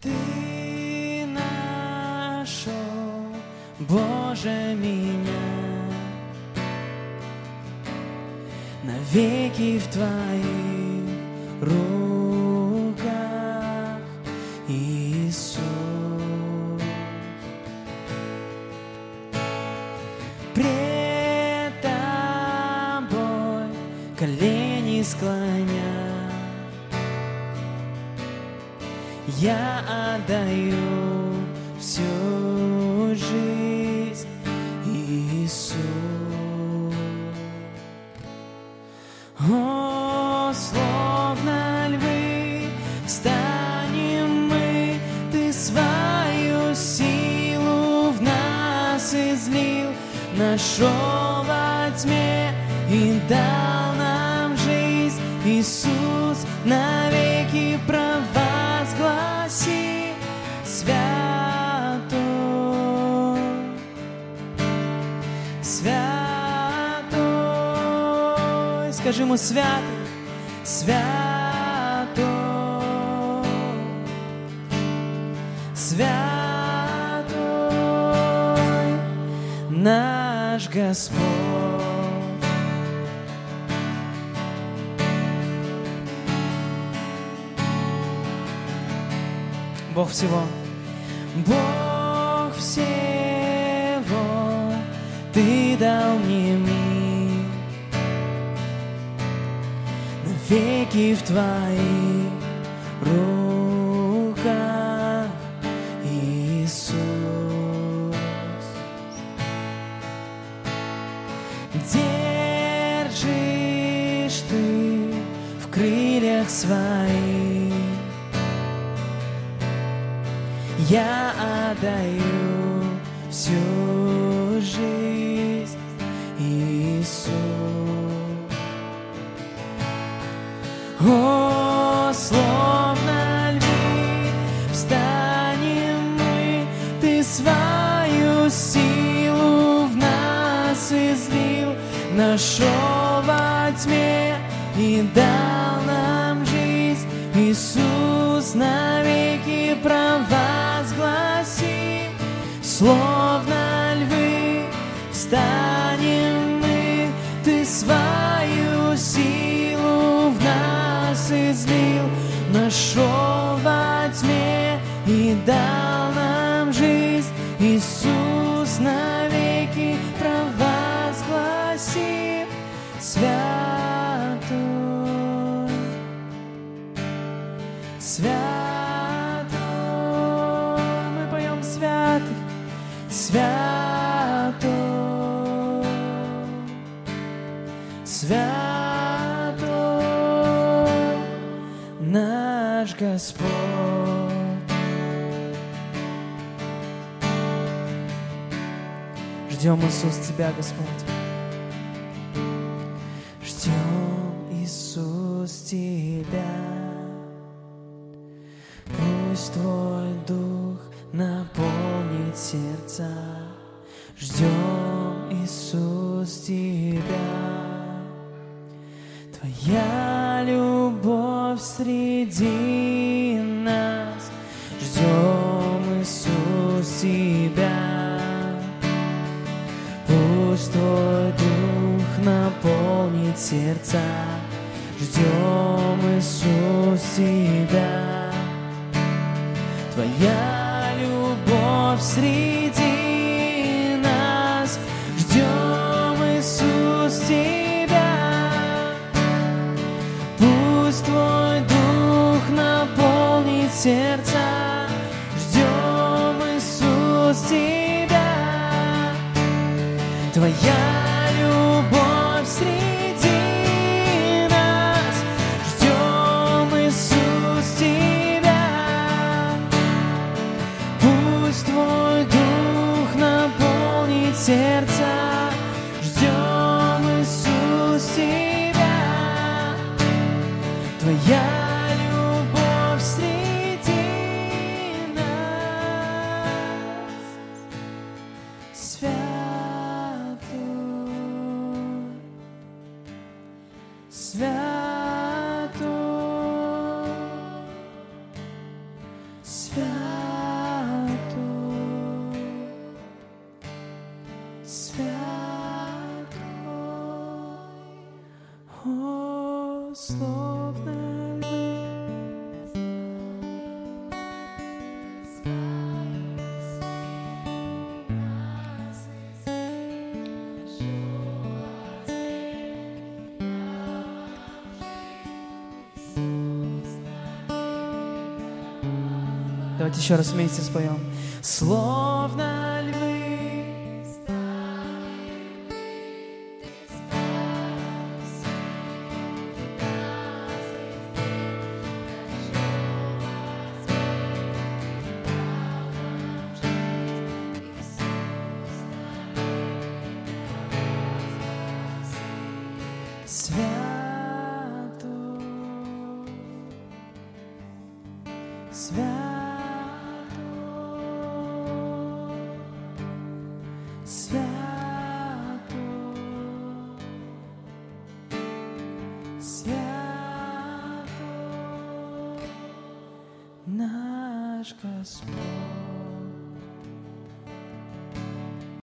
Ты нашел, Боже, меня навеки в Твоих руках, Иисус. Пред Тобой колени склоня, я отдаю всю жизнь, Иисус. О, словно львы встанем мы, Ты свою силу в нас излил, нашел во тьме и дал нам жизнь, Иисус, навеки провозгласи, святой, святой, скажи ему: святый, святой, святой наш Господь. Бог всего, Бог всего, Ты дал мне мир, навеки в Твоих руках, Иисус. Держишь Ты в крыльях Своих, я отдаю всю жизнь, Иисус. О, словно львы встанем мы, Ты свою силу в нас излил, нашел во тьме и дал нам жизнь, Иисус, навеки провозгласи, словно львы встанем мы, Ты свою силу в нас излил, нашел во тьме и дал нам жизнь, Иисус, навеки провозгласи, святой, святой, мы поем: святый, святой, святой наш Господь. Ждем, Иисус, Тебя, Господь. Ждем, Иисус, Тебя. Пусть Твой Дух наполнит сердца. Ждем, Иисус, Тебя. Твоя любовь среди нас. Ждем, Иисус, Тебя. Пусть Твой Дух наполнит сердца. Ждем, Иисус, Тебя. Твоя любовь среди нас. Ждем, Иисус, Тебя. Пусть Твой Дух наполнит сердца. Ждем, Иисус, Тебя. Твоя любовь среди нас. Ждем, Иисус, Тебя. Пусть Твой Дух наполнит сердца. Ждем, Иисус, Тебя. Твоя любовь среди нас. Святой, Святой, святой, о, словно Давайте еще раз вместе споем. Словно львы, святой, святой, святой, святой наш Господь.